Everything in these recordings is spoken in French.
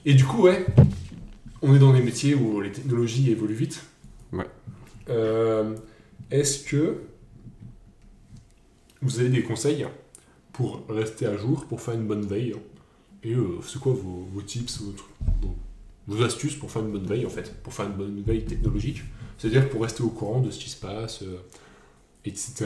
Et du coup, ouais, on est dans des métiers où les technologies évoluent vite. Ouais. Est-ce que vous avez des conseils pour rester à jour, pour faire une bonne veille? Et c'est quoi vos tips, vos astuces pour faire une bonne veille, en fait, pour faire une bonne veille technologique? C'est-à-dire pour rester au courant de ce qui se passe, etc.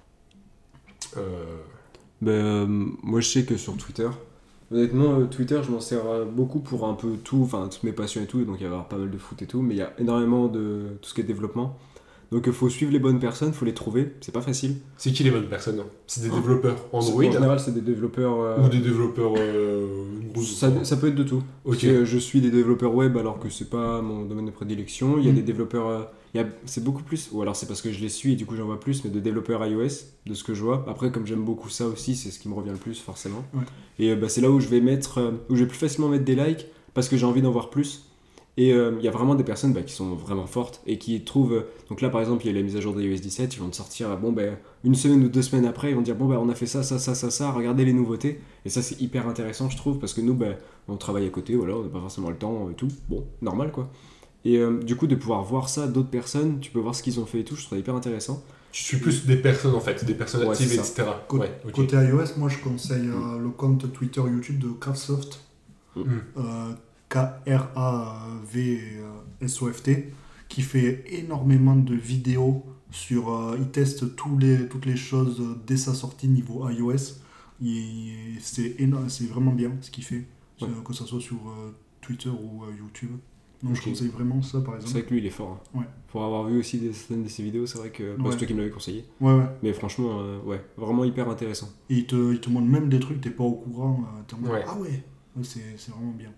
Moi, je sais que sur Twitter, honnêtement, Twitter, je m'en sers beaucoup pour un peu tout, enfin, toutes mes passions et tout, donc il y a pas mal de foot et tout, mais il y a énormément de tout ce qui est développement. Donc il faut suivre les bonnes personnes, il faut les trouver, c'est pas facile. C'est qui les bonnes personnes? C'est des développeurs Android En général, c'est des développeurs... ou des développeurs ça peut être de tout. Parce que je suis des développeurs web alors que c'est pas mon domaine de prédilection. Il y a des développeurs... c'est beaucoup plus... Ou alors c'est parce que je les suis et du coup j'en vois plus, mais de développeurs iOS, de ce que je vois. Après, comme j'aime beaucoup ça aussi, c'est ce qui me revient le plus forcément. Ouais. Et c'est là où je vais où je vais plus facilement mettre des likes parce que j'ai envie d'en voir plus. Et il y a vraiment des personnes qui sont vraiment fortes et qui trouvent... donc là, par exemple, il y a la mise à jour de iOS 17, ils vont te sortir, une semaine ou 2 semaines après, ils vont dire, on a fait ça, regardez les nouveautés. Et ça, c'est hyper intéressant, je trouve, parce que nous, on travaille à côté, voilà, on n'a pas forcément le temps et tout. Bon, normal, quoi. Et du coup, de pouvoir voir ça d'autres personnes, tu peux voir ce qu'ils ont fait et tout, je trouve ça hyper intéressant. Tu suis plus des personnes, en fait, des personnes actives, etc. Côté iOS, moi, je conseille le compte Twitter YouTube de Craftsoft. Kravsoft, qui fait énormément de vidéos il teste toutes les choses dès sa sortie niveau iOS. C'est vraiment bien ce qu'il fait, que ce soit sur Twitter ou YouTube. Donc je conseille vraiment ça, par exemple. C'est vrai que lui il est fort. Ouais. Pour avoir vu aussi certaines de ses vidéos, c'est vrai que c'est toi qui me l'avais conseillé. Ouais. Mais franchement, vraiment hyper intéressant. Et il te montre même des trucs que t'es pas au courant. Ah ouais, c'est vraiment bien.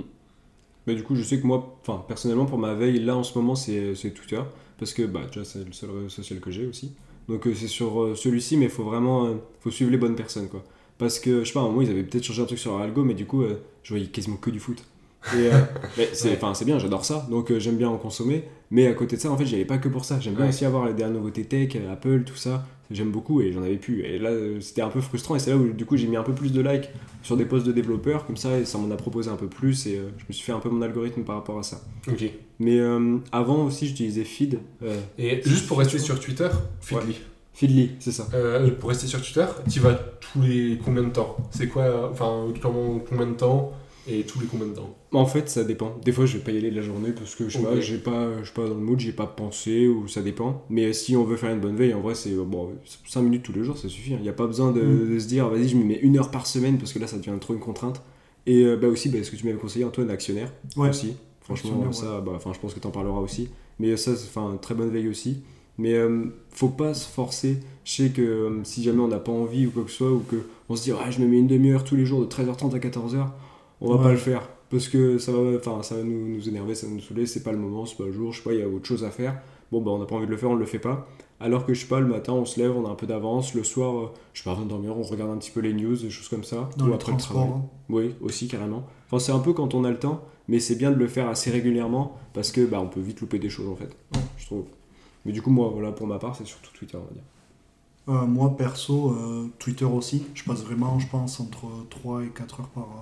Mais du coup, je sais que moi, personnellement, pour ma veille, là en ce moment, c'est Twitter. Parce que déjà, c'est le seul réseau social que j'ai aussi. Donc c'est sur celui-ci, mais il faut vraiment faut suivre les bonnes personnes, quoi. Parce que, je sais pas, à un moment, ils avaient peut-être changé un truc sur leur algo, mais du coup, je voyais quasiment que du foot. Et c'est bien, j'adore ça, donc j'aime bien en consommer. Mais à côté de ça, en fait, j'y allais pas que pour ça. J'aime bien aussi avoir les dernières nouveautés tech, Apple, tout ça. J'aime beaucoup et j'en avais plus. Et là, c'était un peu frustrant. Et c'est là où, du coup, j'ai mis un peu plus de likes sur des posts de développeurs, comme ça, et ça m'en a proposé un peu plus. Et je me suis fait un peu mon algorithme par rapport à ça. Ok. Mais avant aussi, j'utilisais Feed. Et juste pour rester sur Twitter, Feedly. Feedly, c'est ça. Pour rester sur Twitter, tu vas tous les combien de temps? C'est quoi, combien de temps et tous les combien de temps? En fait, ça dépend. Des fois, je vais pas y aller de la journée parce que je suis pas dans le mood, j'ai pas pensé ou ça dépend. Mais si on veut faire une bonne veille, en vrai, c'est 5 minutes tous les jours, ça suffit. Il n'y a pas besoin de se dire, vas-y, je me mets 1 heure par semaine parce que là, ça devient trop une contrainte. Et aussi, ce que tu m'avais conseillé, Antoine, actionnaire. Ouais. Aussi. Franchement, ça, je pense que tu en parleras aussi. Mais ça, c'est une très bonne veille aussi. Mais faut pas se forcer. Je sais que si jamais on n'a pas envie ou quoi que ce soit, ou qu'on se dit, je me mets une demi-heure tous les jours de 13h30 à 14h, on va pas le faire. Parce que ça va nous énerver, ça va nous saouler, c'est pas le moment, c'est pas le jour, je sais pas, il y a autre chose à faire. On n'a pas envie de le faire, on le fait pas. Alors que je sais pas, le matin on se lève, on a un peu d'avance, le soir, je sais pas, avant de dormir, on regarde un petit peu les news, des choses comme ça. Dans ou les après le travail. transports. Oui, aussi carrément. C'est un peu quand on a le temps, mais c'est bien de le faire assez régulièrement parce que on peut vite louper des choses en fait, je trouve. Mais du coup, moi, pour ma part, c'est surtout Twitter, on va dire. Moi, perso, Twitter aussi. Je passe vraiment, je pense, entre 3 et 4 heures par...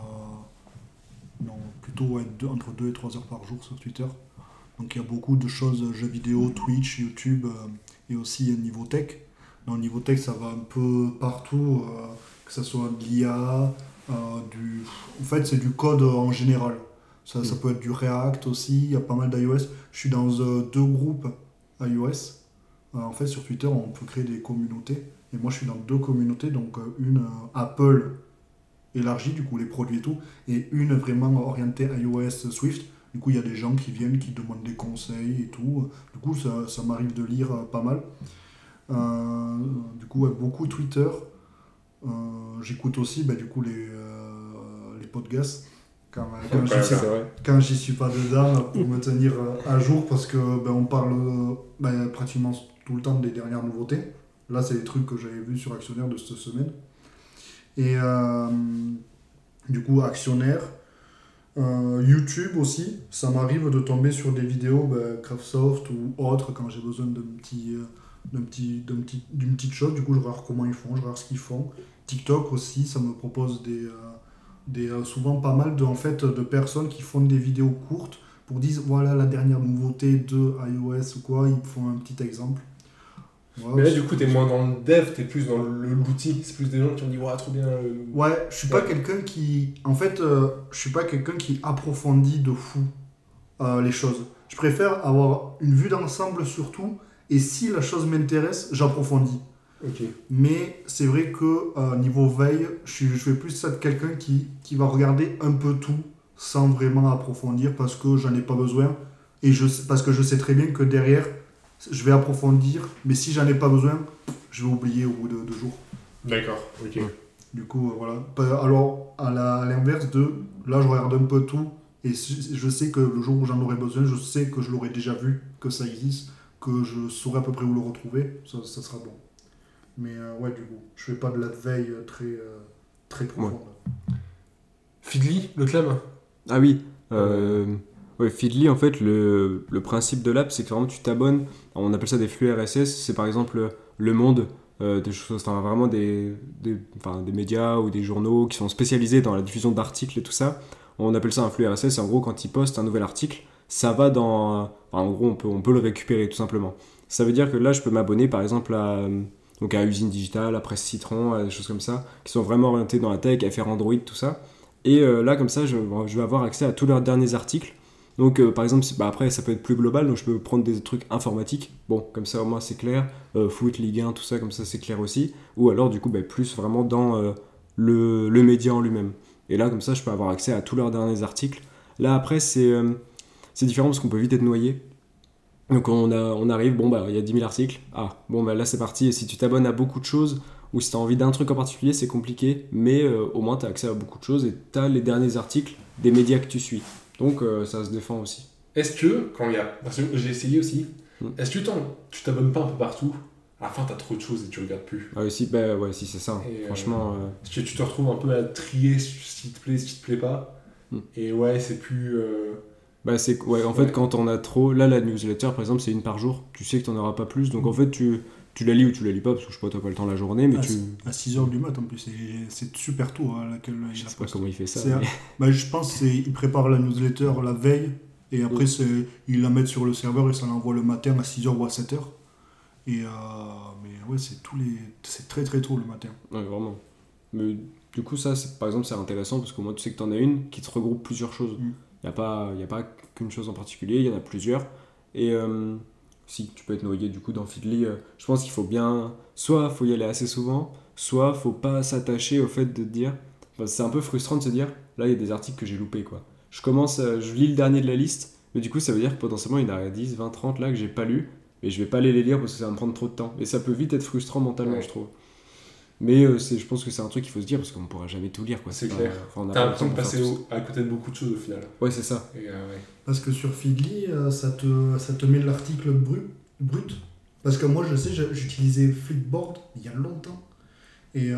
non, plutôt entre 2 et 3 heures par jour sur Twitter. Donc il y a beaucoup de choses, jeux vidéo, Twitch, YouTube, et aussi niveau tech. Dans le niveau tech, ça va un peu partout, que ce soit de l'IA, en fait, c'est du code en général. Ça peut être du React aussi, il y a pas mal d'iOS. Je suis dans 2 groupes iOS. En fait, sur Twitter, on peut créer des communautés. Et moi, je suis dans 2 communautés, donc une Apple élargie, du coup, les produits et tout, et une vraiment orientée iOS Swift. Du coup, il y a des gens qui viennent, qui demandent des conseils et tout. Du coup, ça m'arrive de lire pas mal. Du coup, beaucoup Twitter. J'écoute aussi, du coup, les podcasts. Quand j'y suis pas dedans, pour me tenir à jour, parce que on parle pratiquement tout le temps des dernières nouveautés. Là, c'est les trucs que j'avais vus sur Actionnaire de cette semaine. Et du coup, Actionnaire, YouTube aussi, ça m'arrive de tomber sur des vidéos Craftsoft ou autres quand j'ai besoin d'une petite chose. Du coup, je regarde comment ils font, je regarde ce qu'ils font. TikTok aussi, ça me propose souvent pas mal en fait, de personnes qui font des vidéos courtes pour dire voilà la dernière nouveauté de iOS ou quoi, ils font un petit exemple. Voilà, Mais là, du coup, t'es moins dans le dev, t'es plus dans l'outil. C'est plus des gens qui ont dit, ouais, trop bien. Ouais, je suis pas quelqu'un qui. En fait, je suis pas quelqu'un qui approfondit de fou les choses. Je préfère avoir une vue d'ensemble sur tout, et si la chose m'intéresse, j'approfondis. Ok. Mais c'est vrai que niveau veille, je fais plus ça de quelqu'un qui va regarder un peu tout sans vraiment approfondir parce que j'en ai pas besoin. Et parce que je sais très bien que derrière, je vais approfondir, mais si j'en ai pas besoin, je vais oublier au bout de 2 jours. D'accord, ok. Du coup, voilà. Alors, à l'inverse là, je regarde un peu tout, et je sais que le jour où j'en aurai besoin, je sais que je l'aurai déjà vu, que ça existe, que je saurai à peu près où le retrouver, ça sera bon. Mais ouais, du coup, je fais pas de la veille très profonde. Feedly, le clam. Ah oui, ouais, Feedly, en fait, le principe de l'app, c'est que vraiment tu t'abonnes, on appelle ça des flux RSS, c'est par exemple Le Monde, des choses, enfin vraiment enfin, des médias ou des journaux qui sont spécialisés dans la diffusion d'articles et tout ça. On appelle ça un flux RSS, et en gros, quand ils postent un nouvel article, ça va dans. Enfin, en gros, on peut le récupérer tout simplement. Ça veut dire que là, je peux m'abonner par exemple donc à Usine Digitale, à Presse Citron, à des choses comme ça, qui sont vraiment orientées dans la tech, FR Android, tout ça. Et là, comme ça, je vais avoir accès à tous leurs derniers articles. Donc, par exemple, après, ça peut être plus global, donc je peux prendre des trucs informatiques. Bon, comme ça, au moins, c'est clair. Foot, Ligue 1, tout ça, comme ça, c'est clair aussi. Ou alors, du coup, plus vraiment dans le média en lui-même. Et là, comme ça, je peux avoir accès à tous leurs derniers articles. Là, après, c'est différent parce qu'on peut vite être noyé. Donc, on arrive, bon, il y a 10 000 articles. Ah, bon, là, c'est parti. Et si tu t'abonnes à beaucoup de choses, ou si tu as envie d'un truc en particulier, c'est compliqué, mais au moins tu as accès à beaucoup de choses et tu as les derniers articles des médias que tu suis. Donc ça se défend aussi. Est-ce que, quand il y a. Parce que j'ai essayé aussi, est-ce que tu t'abonnes pas un peu partout? À la fin, t'as trop de choses et tu regardes plus. Ah, si, ouais, si c'est ça. Et, franchement. Est-ce que tu te retrouves un peu à trier ce qui te plaît, ce qui te plaît pas? Et ouais, c'est plus. Ouais, en fait, quand on a trop. Là, la newsletter, par exemple, c'est une par jour. Tu sais que tu n'en auras pas plus. Donc en fait, tu la lis ou tu la lis pas, parce que je sais pas, t'as pas le temps la journée, mais à 6h du mat en plus, c'est super tôt à laquelle je sais pas comment il fait ça. Je pense qu'il prépare la newsletter la veille, et après il la met sur le serveur et ça l'envoie le matin à 6h ou à 7h. Et mais ouais, c'est très très tôt le matin. Ouais, vraiment. Mais du coup, ça, par exemple, c'est intéressant parce qu'au moins tu sais que t'en as une qui te regroupe plusieurs choses. Il n'y a pas qu'une chose en particulier, il y en a plusieurs. Et si tu peux être noyé du coup dans Feedly, je pense qu'il faut bien. Soit faut y aller assez souvent, soit faut pas s'attacher au fait de te dire. Enfin, c'est un peu frustrant de se dire là, il y a des articles que j'ai loupés quoi. Je lis le dernier de la liste, mais du coup, ça veut dire que potentiellement il y en a 10, 20, 30 là que j'ai pas lu, et je vais pas aller les lire parce que ça va me prendre trop de temps. Et ça peut vite être frustrant mentalement, je trouve. Mais je pense que c'est un truc qu'il faut se dire parce qu'on pourra jamais tout lire quoi. C'est clair. T'as l'impression de passer à côté de beaucoup de choses au final. Ouais, c'est ça. Et, Parce que sur Feedly, ça te met l'article brut. Parce que moi, je sais, j'utilisais Flipboard il y a longtemps. Et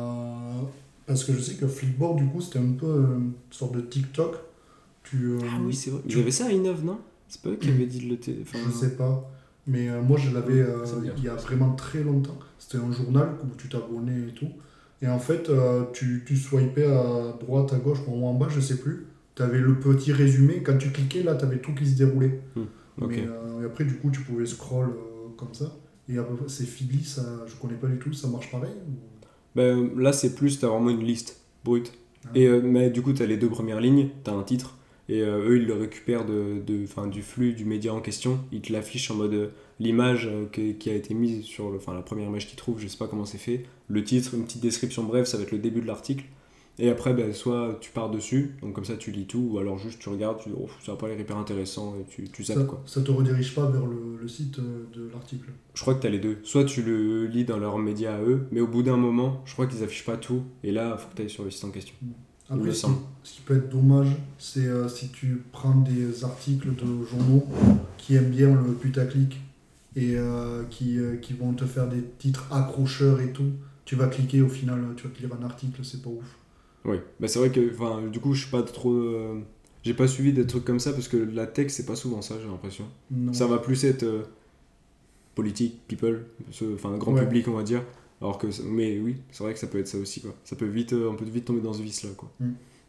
parce que je sais que Flipboard, du coup, c'était un peu une sorte de TikTok. Ah oui, c'est vrai. Ils avaient ça à Innov, non? C'est pas eux qui avaient dit de le Je sais pas. Mais moi, je l'avais il y a vraiment très longtemps. C'était un journal où tu t'abonnais et tout. Et en fait, tu swipais à droite, à gauche, ou en bas, je sais plus. Tu avais le petit résumé. Quand tu cliquais, là, tu avais tout qui se déroulait. Okay. Mais après, du coup, tu pouvais scroll comme ça. Et c'est Feedly, ça, je connais pas du tout. Ça marche pareil ou... Là, c'est plus, tu as vraiment une liste brute. Et, mais du coup, tu as les deux premières lignes, tu as un titre. Et eux, ils le récupèrent du flux du média en question. Ils te l'affichent en mode l'image qui a été mise sur la première image qu'ils trouvent, je sais pas comment c'est fait. Le titre, une petite description brève, ça va être le début de l'article. Et après, soit tu pars dessus, donc comme ça tu lis tout, ou alors juste tu regardes, tu dis ça va pas l'air hyper intéressant, et tu zappes quoi. Ça te redirige pas vers le site de l'article? Je crois que tu as les deux. Soit tu le lis dans leur média à eux, mais au bout d'un moment, je crois qu'ils affichent pas tout, et là, il faut que tu ailles sur le site en question. Après, ce qui peut être dommage, c'est si tu prends des articles de journaux qui aiment bien le putaclic et qui vont te faire des titres accrocheurs et tout, tu vas cliquer, au final, tu vas te lire un article, c'est pas ouf. Oui, c'est vrai que du coup, je suis pas trop. J'ai pas suivi des trucs comme ça parce que la tech, c'est pas souvent ça, j'ai l'impression. Non. Ça va plus être politique, people, grand public, on va dire. Alors que, mais oui, c'est vrai que ça peut être ça aussi, quoi. Ça peut on peut vite tomber dans ce vice-là, quoi.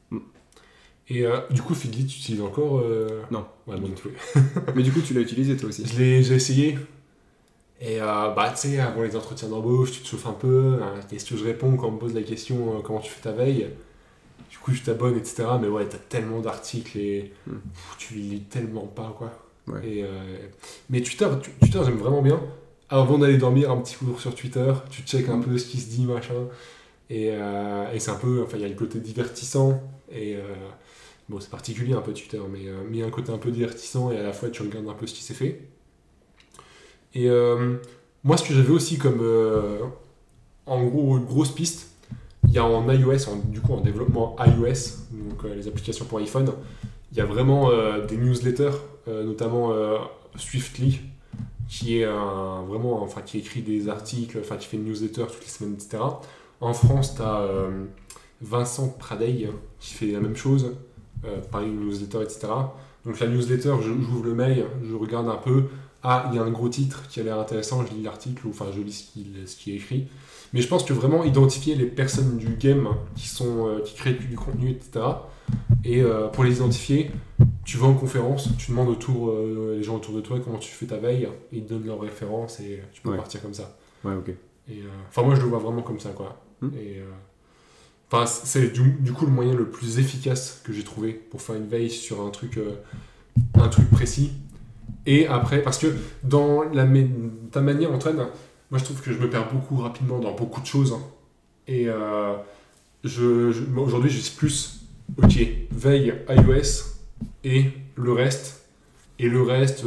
Mm. Et du coup, Feedly, tu utilises encore Non. Ouais, moi non plus. Mais du coup, tu l'as utilisé toi aussi. J'ai essayé. Et bah, tu sais, avant les entretiens d'embauche, tu te chauffes un peu. Qu'est-ce que je réponds quand on me pose la question comment tu fais ta veille? Du coup, je t'abonne, etc. Mais ouais, t'as tellement d'articles et tu les lis tellement pas, quoi. Ouais. Et, mais Twitter, j'aime vraiment bien. Avant d'aller dormir, un petit coup sur Twitter, tu checkes un peu ce qui se dit, machin. Et c'est un peu. Enfin, il y a le côté divertissant. Et bon, c'est particulier un peu Twitter, mais il y a un côté un peu divertissant et à la fois tu regardes un peu ce qui s'est fait. Et moi, ce que j'avais aussi comme. En gros, grosse piste, il y a en iOS, du coup en développement iOS, donc les applications pour iPhone, il y a vraiment des newsletters, notamment Swiftly, qui est qui écrit des articles, enfin qui fait une newsletter toutes les semaines, etc. En France, tu as Vincent Pradey qui fait la même chose, pareil, une newsletter, etc. Donc la newsletter, j'ouvre le mail, je regarde un peu, il y a un gros titre qui a l'air intéressant, je lis l'article, enfin je lis ce qui est écrit. Mais je pense que vraiment identifier les personnes du game qui créent du contenu, etc. Et pour les identifier, tu vas en conférence, tu demandes les gens autour de toi comment tu fais ta veille, et ils te donnent leurs références et tu peux partir comme ça. Ouais, ok. Et moi je le vois vraiment comme ça, quoi. Et c'est du coup le moyen le plus efficace que j'ai trouvé pour faire une veille sur un truc précis. Et après, parce que dans ta manière, Antoine, moi je trouve que je me perds beaucoup rapidement dans beaucoup de choses. Et moi, aujourd'hui, je suis plus, ok, veille iOS et le reste. Et le reste,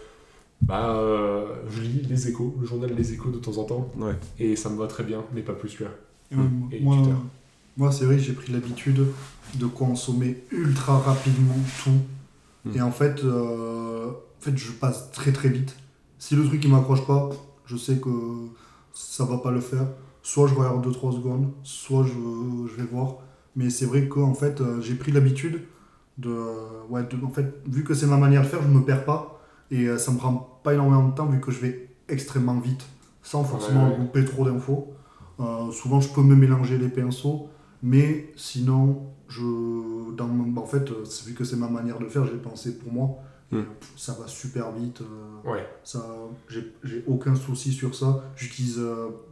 je lis Les Échos, le journal Les Échos de temps en temps. Ouais. Et ça me va très bien, mais pas plus que. Et moi, c'est vrai que j'ai pris l'habitude de consommer ultra rapidement tout. Et en fait, je passe très très vite. Si le truc il m'accroche pas, je sais que ça va pas le faire. Soit je regarde 2-3 secondes, soit je vais voir. Mais c'est vrai que en fait, j'ai pris l'habitude en fait, vu que c'est ma manière de faire, je me perds pas. Et ça me prend pas énormément de temps vu que je vais extrêmement vite, sans forcément louper trop d'infos. Souvent, je peux me mélanger les pinceaux, mais sinon, en fait, vu que c'est ma manière de faire, j'ai pensé pour moi. Ça va super vite. J'ai aucun souci sur ça. J'utilise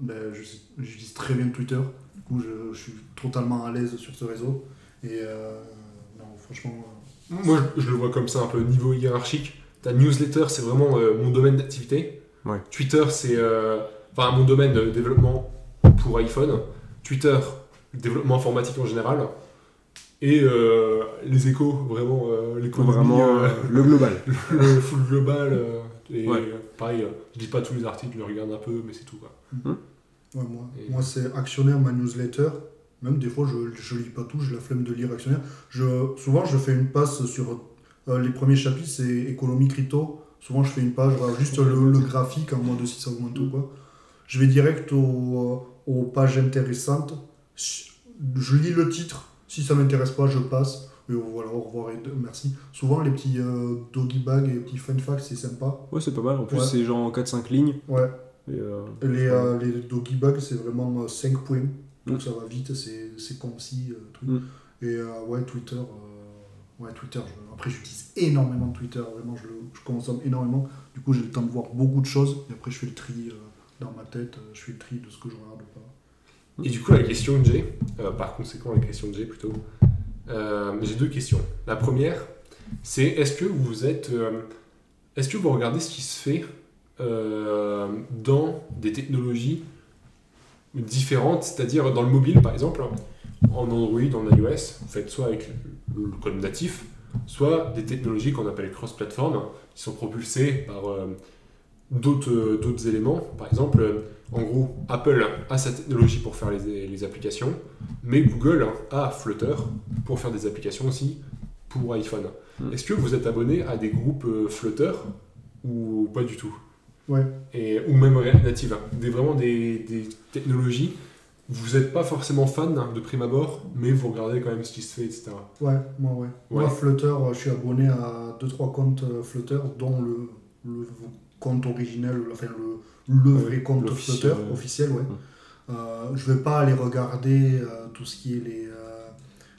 très bien Twitter. Du coup, je suis totalement à l'aise sur ce réseau. Et non, franchement. Moi, je le vois comme ça, un peu niveau hiérarchique. Ta newsletter, c'est vraiment mon domaine d'activité. Ouais. Twitter, c'est mon domaine de développement pour iPhone. Twitter, développement informatique en général. Et les échos, vraiment l'économie. Vraiment le global. Le full global. Pareil, je lis pas tous les articles, je les regarde un peu, mais c'est tout, quoi. Moi, c'est Actionnaire, ma newsletter. Même des fois, je lis pas tout, j'ai la flemme de lire Actionnaire. Souvent, je fais une passe sur les premiers chapitres, c'est économie crypto. Souvent, je fais une page, juste le graphique en mode si ça augmente ou quoi. Je vais direct aux pages intéressantes. Je lis le titre. Si ça m'intéresse pas, je passe. Et voilà, au revoir et merci. Souvent, les petits doggy bags et les petits fun facts, c'est sympa. Ouais, c'est pas mal. En plus, c'est genre en 4-5 lignes. Ouais. Et les doggy bags, c'est vraiment 5 points. Donc ça va vite, c'est concis. Et Twitter. Twitter. Après, j'utilise énormément Twitter. Vraiment, je consomme énormément. Du coup, j'ai le temps de voir beaucoup de choses. Et après, je fais le tri dans ma tête. Je fais le tri de ce que je regarde pas. Et du coup, la question que j'ai, par conséquent, la question que j'ai plutôt, j'ai deux questions. La première, c'est est-ce que vous regardez ce qui se fait dans des technologies différentes, c'est-à-dire dans le mobile, par exemple, en Android, en iOS, vous faites soit avec le code natif, soit des technologies qu'on appelle cross-platform, qui sont propulsées par d'autres éléments. Par exemple, en gros, Apple a sa technologie pour faire les applications, mais Google a Flutter pour faire des applications aussi pour iPhone. Est-ce que vous êtes abonné à des groupes Flutter ou pas du tout? Ouais. Ou même React Native, vraiment des technologies. Vous n'êtes pas forcément fan de prime abord, mais vous regardez quand même ce qui se fait, etc. Moi, Flutter, je suis abonné à 2-3 comptes Flutter, dont le compte originel, enfin le vrai compte Flutter officiel. Je vais pas aller regarder tout ce qui est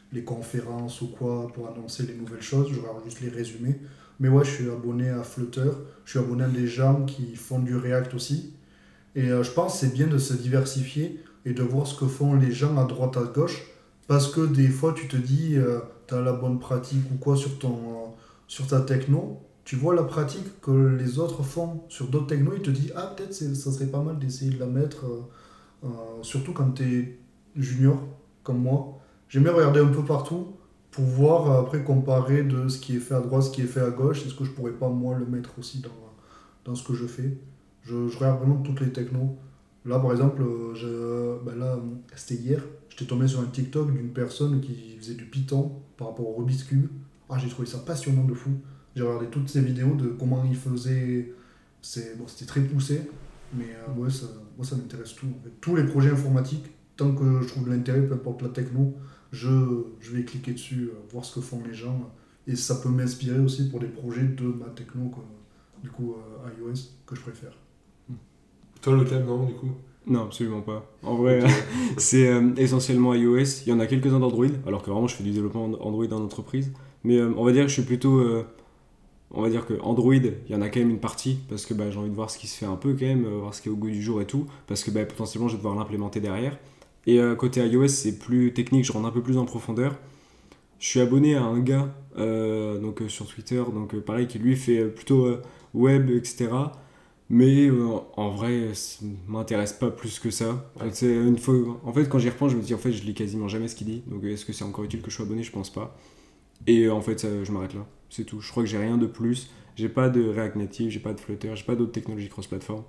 les conférences ou quoi pour annoncer les nouvelles choses, je regarde juste les résumés. Mais ouais, je suis abonné à Flutter, je suis abonné à des gens qui font du React aussi. Et je pense que c'est bien de se diversifier et de voir ce que font les gens à droite, à gauche. Parce que des fois, tu te dis, tu as la bonne pratique ou quoi sur ta techno. Tu vois la pratique que les autres font sur d'autres technos, ils te disent, ah, peut-être ça serait pas mal d'essayer de la mettre, surtout quand tu es junior, comme moi. J'aime bien regarder un peu partout pour voir, après comparer de ce qui est fait à droite, ce qui est fait à gauche. Est-ce que je pourrais pas, moi, le mettre aussi dans ce que je fais. Je regarde vraiment toutes les technos. Là, par exemple, c'était hier, j'étais tombé sur un TikTok d'une personne qui faisait du Python par rapport au Rubik's Cube. Ah, j'ai trouvé ça passionnant de fou. J'ai regardé toutes ces vidéos de comment il faisait. C'était très poussé, mais ouais, moi ça m'intéresse tout. En fait. Tous les projets informatiques, tant que je trouve de l'intérêt, peu importe la techno, je vais cliquer dessus, voir ce que font les gens. Et ça peut m'inspirer aussi pour des projets de ma techno, du coup, iOS, que je préfère. Toi, le thème, non, du coup? Non, absolument pas. En vrai, Ok. c'est essentiellement iOS. Il y en a quelques-uns d'Android, alors que vraiment je fais du développement Android en entreprise. Mais on va dire que je suis plutôt. On va dire que Android, il y en a quand même une partie, parce que j'ai envie de voir ce qui se fait un peu quand même, voir ce qui est au goût du jour et tout, parce que potentiellement je vais devoir l'implémenter derrière. Et côté iOS, c'est plus technique, je rentre un peu plus en profondeur. Je suis abonné à un gars sur Twitter, pareil, qui lui fait plutôt web, etc. Mais en vrai, ça m'intéresse pas plus que ça. Ouais. En fait, quand j'y repense, je me dis en fait, je lis quasiment jamais ce qu'il dit. Donc est-ce que c'est encore utile que je sois abonné? Je pense pas. Et en fait, je m'arrête là. C'est tout. Je crois que j'ai rien de plus. J'ai pas de React Native, j'ai pas de Flutter, j'ai pas d'autres technologies cross-platform.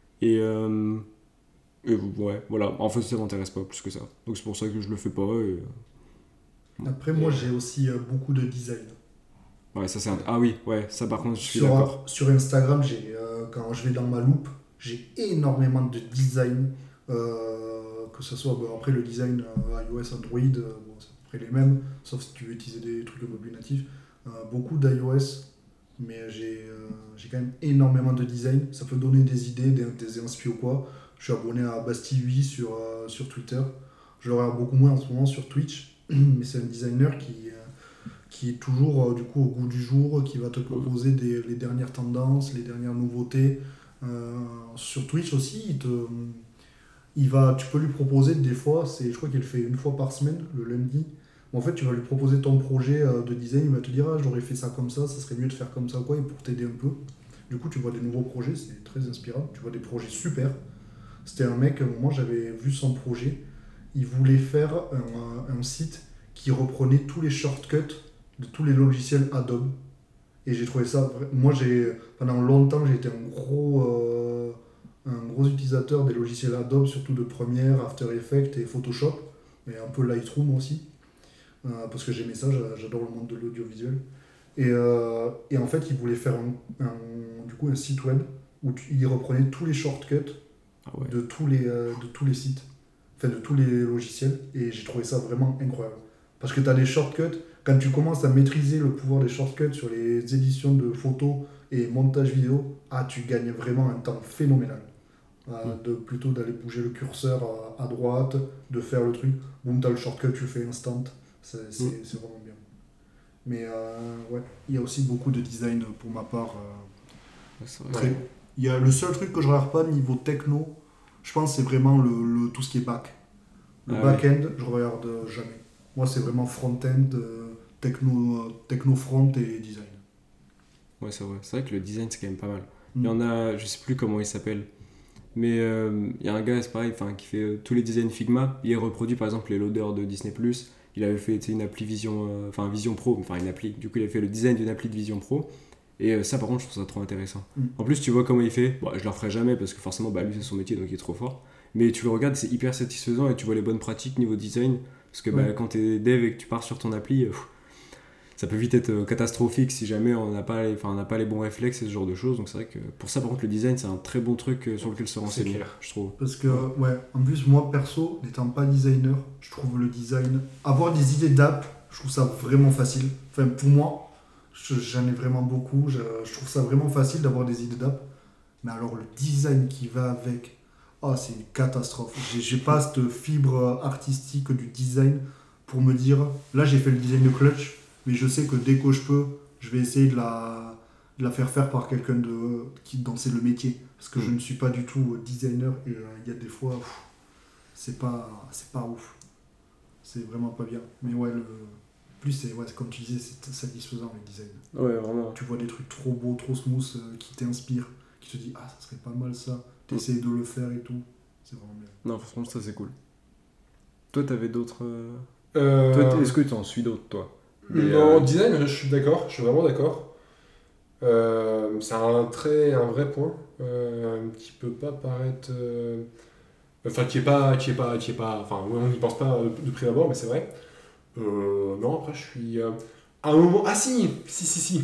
Et ouais, voilà. En fait, ça m'intéresse pas plus que ça. Donc c'est pour ça que je le fais pas. Après, moi, j'ai aussi beaucoup de design. Ouais, ça c'est Ah oui, ouais, ça par contre, je suis d'accord. Sur Instagram, quand je vais dans ma loupe, j'ai énormément de design. Que ce soit, après le design iOS, Android, c'est à peu près les mêmes, sauf si tu veux utiliser des trucs de mobile natif. Beaucoup d'iOS, mais j'ai quand même énormément de design. Ça peut donner des idées, des inspi ou quoi. Je suis abonné à Basti8 sur Twitter. Je le regarde beaucoup moins en ce moment sur Twitch, mais c'est un designer qui est toujours du coup au goût du jour, qui va te proposer les dernières tendances, les dernières nouveautés. Sur Twitch aussi, tu peux lui proposer des fois, je crois qu'il le fait une fois par semaine, le lundi. En fait, tu vas lui proposer ton projet de design, il va te dire ah, j'aurais fait ça comme ça serait mieux de faire comme ça quoi, et pour t'aider un peu. Du coup, tu vois des nouveaux projets, c'est très inspirant. Tu vois des projets super. C'était un mec, moi j'avais vu son projet, il voulait faire un site qui reprenait tous les shortcuts de tous les logiciels Adobe. Et j'ai trouvé ça. Moi, pendant longtemps, j'ai été un gros utilisateur des logiciels Adobe, surtout de Premiere, After Effects et Photoshop, et un peu Lightroom aussi, parce que j'aimais ça, j'adore le monde de l'audiovisuel. Et en fait, il voulait faire du coup, un site web où il reprenait tous les shortcuts de tous les sites, enfin de tous les logiciels, et j'ai trouvé ça vraiment incroyable. Parce que tu as des shortcuts, quand tu commences à maîtriser le pouvoir des shortcuts sur les éditions de photos et montage vidéo, tu gagnes vraiment un temps phénoménal. Plutôt d'aller bouger le curseur à droite, de faire le truc, boum, tu as le shortcut, tu le fais instant, c'est vraiment bien. Mais ouais, il y a aussi beaucoup de design pour ma part. Il y a le seul truc que je regarde pas niveau techno, je pense c'est vraiment tout ce qui est back. Le back-end, je regarde jamais. Moi, c'est vraiment front-end, techno front et design. Ouais, c'est vrai. C'est vrai que le design, c'est quand même pas mal. Il y en a, je sais plus comment il s'appelle, mais il y a un gars, c'est pareil, qui fait tous les designs Figma. Il reproduit par exemple les loaders de Disney+. Il avait fait une appli Vision Pro, une appli. Du coup, il a fait le design d'une appli de Vision Pro. Et ça, par contre, je trouve ça trop intéressant. En plus, tu vois comment il fait. Bon, je le referai jamais parce que forcément, lui, c'est son métier, donc il est trop fort. Mais tu le regardes, c'est hyper satisfaisant et tu vois les bonnes pratiques niveau design. Parce que quand t'es dev et que tu pars sur ton appli, ça peut vite être catastrophique si jamais on n'a pas les bons réflexes et ce genre de choses. Donc c'est vrai que pour ça, par contre, le design, c'est un très bon truc sur lequel se renseigner, je trouve. Parce que, en plus, moi, perso, n'étant pas designer, je trouve le design... Avoir des idées d'app, je trouve ça vraiment facile. Enfin, pour moi, j'en ai vraiment beaucoup. Je trouve ça vraiment facile d'avoir des idées d'app. Mais alors, le design qui va avec... c'est une catastrophe. J'ai pas cette fibre artistique du design pour me dire, là j'ai fait le design de clutch, mais je sais que dès que je peux, je vais essayer de la faire par quelqu'un dont c'est le métier. Parce que je ne suis pas du tout designer et il y a des fois, c'est pas ouf. C'est vraiment pas bien. Mais ouais, plus c'est comme tu disais, c'est satisfaisant le design. Ouais, vraiment. Tu vois des trucs trop beaux, trop smooth qui t'inspirent, qui te disent ah ça serait pas mal ça, t'essayes de le faire et tout. C'est vraiment bien. Non, franchement, ça c'est cool. Toi, t'avais d'autres. Euh, Toi, est-ce que tu en suis d'autres, toi? Non, design, je suis d'accord, je suis vraiment d'accord. C'est un vrai point qui peut pas paraître. Enfin, qui est pas. Enfin, ouais, on n'y pense pas de prime abord, mais c'est vrai. Non, après, je suis. À un moment. Ah, si.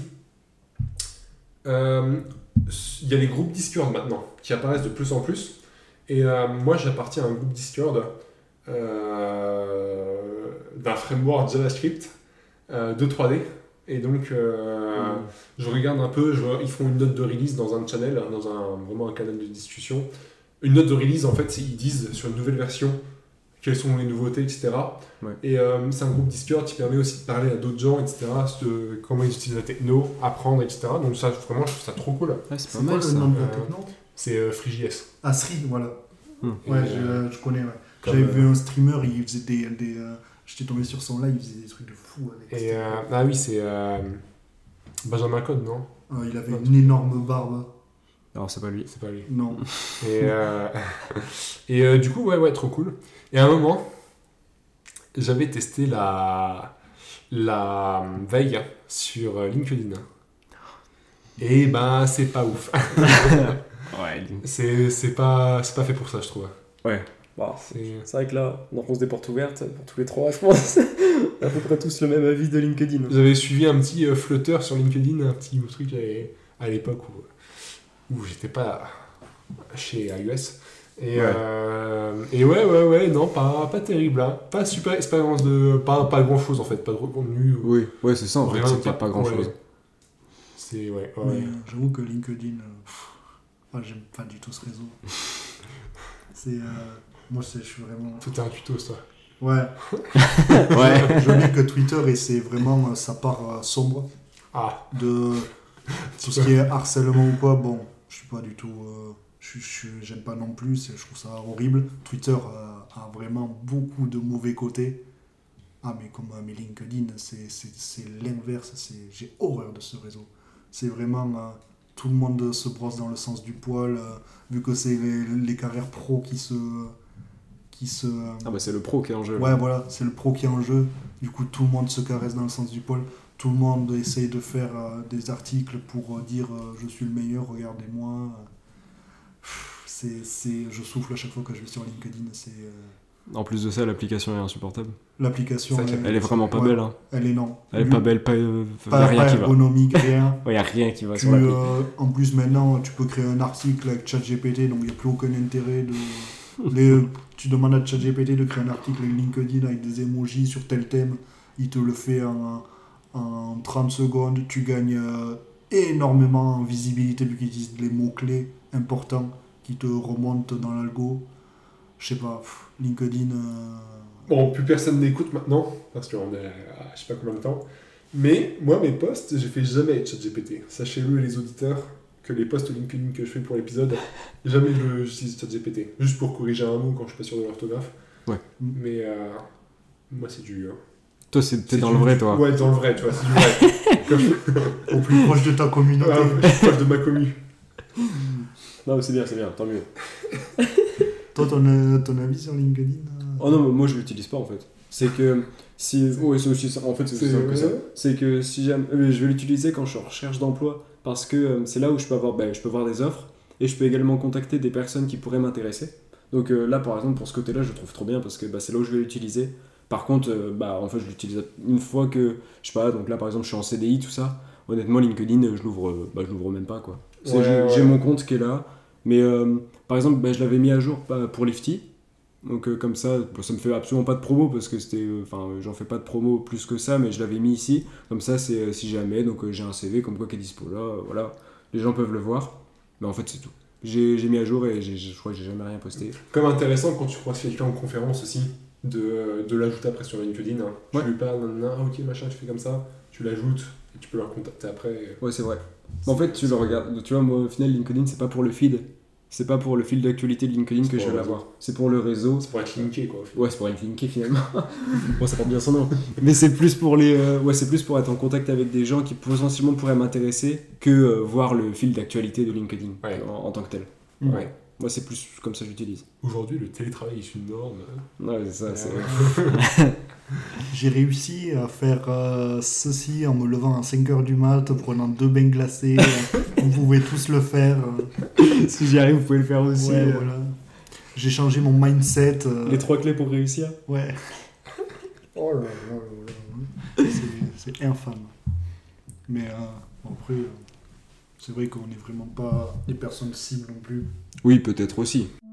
Il y a les groupes Discord maintenant qui apparaissent de plus en plus. Et moi, j'appartiens à un groupe Discord d'un framework JavaScript de 3D. Et donc, je regarde un peu, ils font une note de release dans un channel, vraiment un canal de discussion. Une note de release, en fait, ils disent sur une nouvelle version quelles sont les nouveautés, etc. Ouais. Et c'est un groupe Discord qui permet aussi de parler à d'autres gens, etc. De comment ils utilisent la techno, apprendre, etc. Donc ça, vraiment, je trouve ça trop cool. Ouais, c'est pas C'est quoi mal le ça. nom de la techno C'est FreeJS. Ah, Sri, voilà. Et, Ouais, je connais, ouais. comme, J'avais vu un streamer, il faisait des j'étais tombé sur son live, il faisait des trucs de fou avec. Et ah oui, c'est Benjamin Code, non? Il avait une énorme barbe. Alors, c'est pas lui. C'est pas lui. Non. Et du coup, ouais, trop cool. Et à un moment, j'avais testé la veille sur LinkedIn. Et ben, c'est pas ouf. Ouais. C'est pas fait pour ça, je trouve. Ouais. Bon, C'est... c'est vrai que là, on enfonce des portes ouvertes pour tous les trois, je pense. On a à peu près tous le même avis de LinkedIn. J'avais suivi un petit flotteur sur LinkedIn, un petit truc à l'époque où j'étais pas chez iOS. Et ouais, non, pas terrible. Hein. Pas super expérience de. Pas grand chose en fait, pas de contenu. Oui, ouais, c'est ça en fait, Rien, c'est qu'il y a pas grand chose. ouais. C'est. Ouais. Mais j'avoue que LinkedIn, j'aime pas du tout ce réseau. C'est. Moi, je suis vraiment. C'était un tuto, ça. Ouais. Ouais. Je dis que Twitter, et c'est vraiment sa part sombre Ah, de tout ce qui est harcèlement ou quoi. Bon, je suis pas du tout. J'aime pas non plus, je trouve ça horrible. Twitter a vraiment beaucoup de mauvais côtés. Ah, mais LinkedIn, c'est l'inverse. J'ai horreur de ce réseau. C'est vraiment. Tout le monde se brosse dans le sens du poil, vu que c'est les carrières pro qui se. Ah bah c'est le pro qui est en jeu. Ouais, voilà, c'est le pro qui est en jeu. Du coup, tout le monde se caresse dans le sens du poil. Tout le monde essaye de faire des articles pour dire je suis le meilleur, regardez-moi. Je souffle à chaque fois que je vais sur LinkedIn. En plus de ça, l'application est insupportable. L'application, Elle est vraiment pas ouais, belle. Hein. Elle est non. Elle est pas belle, y a Pas rien qui va. ergonomique, rien. Ouais, y a rien qui va Puis, sur l'appli. en plus, maintenant, tu peux créer un article avec ChatGPT, donc il n'y a plus aucun intérêt de. Tu demandes à ChatGPT de créer un article avec LinkedIn avec des emojis sur tel thème, il te le fait en 30 secondes, tu gagnes énormément en visibilité vu qu'il utilise les mots-clés importants qui te remontent dans l'algo. Je sais pas, LinkedIn... bon, plus personne n'écoute maintenant, parce qu'on est à je sais pas combien de temps. Mais moi, mes posts, je fais jamais ChatGPT. Sachez-le, les auditeurs, que les posts LinkedIn que je fais pour l'épisode, jamais j'utilise ChatGPT. Juste pour corriger un mot quand je suis pas sûr de l'orthographe. Ouais. Mais moi, c'est du... Toi, t'es dans le vrai, toi. Ouais, dans le vrai, tu vois, c'est du vrai. au plus proche de ta communauté. Je suis proche de ma commu. Non, mais c'est bien, tant mieux. Toi, ton avis sur LinkedIn Oh non, mais moi je l'utilise pas en fait. C'est que si. Ouais, c'est aussi ça. En fait, c'est aussi simple que ça. C'est que si j'aime. Je vais l'utiliser quand je suis en recherche d'emploi parce que c'est là où je peux voir des offres et je peux également contacter des personnes qui pourraient m'intéresser. Donc là, par exemple, pour ce côté-là, je le trouve trop bien parce que c'est là où je vais l'utiliser. Par contre, en fait, je l'utilise une fois que. Je sais pas, donc là, par exemple, je suis en CDI, tout ça. Honnêtement, LinkedIn, je l'ouvre même pas quoi. J'ai mon compte qui est là. Mais par exemple, je l'avais mis à jour pour Lifty. Donc comme ça me fait absolument pas de promo parce que c'était, j'en fais pas de promo plus que ça, mais je l'avais mis ici. Comme ça, c'est si jamais, donc j'ai un CV comme quoi qui est dispo là, voilà, les gens peuvent le voir. Mais en fait, c'est tout. J'ai mis à jour et je crois que j'ai jamais rien posté. Comme intéressant quand tu croises quelqu'un en conférence aussi. de l'ajouter après sur LinkedIn. Hein. Ouais. Tu lui parles, ok, machin, tu fais comme ça, tu l'ajoutes et tu peux le recontacter après. Ouais, c'est vrai. Mais en fait, tu le regardes. Tu vois, moi, au final, LinkedIn, c'est pas pour le feed. C'est pas pour le fil d'actualité de LinkedIn C'est que pour je vais le réseau. l'avoir. C'est pour le réseau. C'est pour être linké quoi. Ouais, c'est pour être linké finalement. Bon, ça porte bien son nom. Mais c'est plus pour les. Ouais, c'est plus pour être en contact avec des gens qui potentiellement pourraient m'intéresser que voir le fil d'actualité de LinkedIn Ouais. en tant que tel. Ouais. Moi, c'est plus comme ça que j'utilise. Aujourd'hui, le télétravail est une norme. Ouais, c'est ça. C'est... J'ai réussi à faire ceci en me levant à 5h du mat, prenant 2 bains glacés. Vous pouvez tous le faire. Si j'y arrive, vous pouvez le faire aussi. Ouais, voilà. J'ai changé mon mindset. Les 3 clés pour réussir. Ouais. Oh là là là là. C'est infâme. Mais bon, après, c'est vrai qu'on n'est vraiment pas des personnes cibles non plus. Oui, peut-être aussi.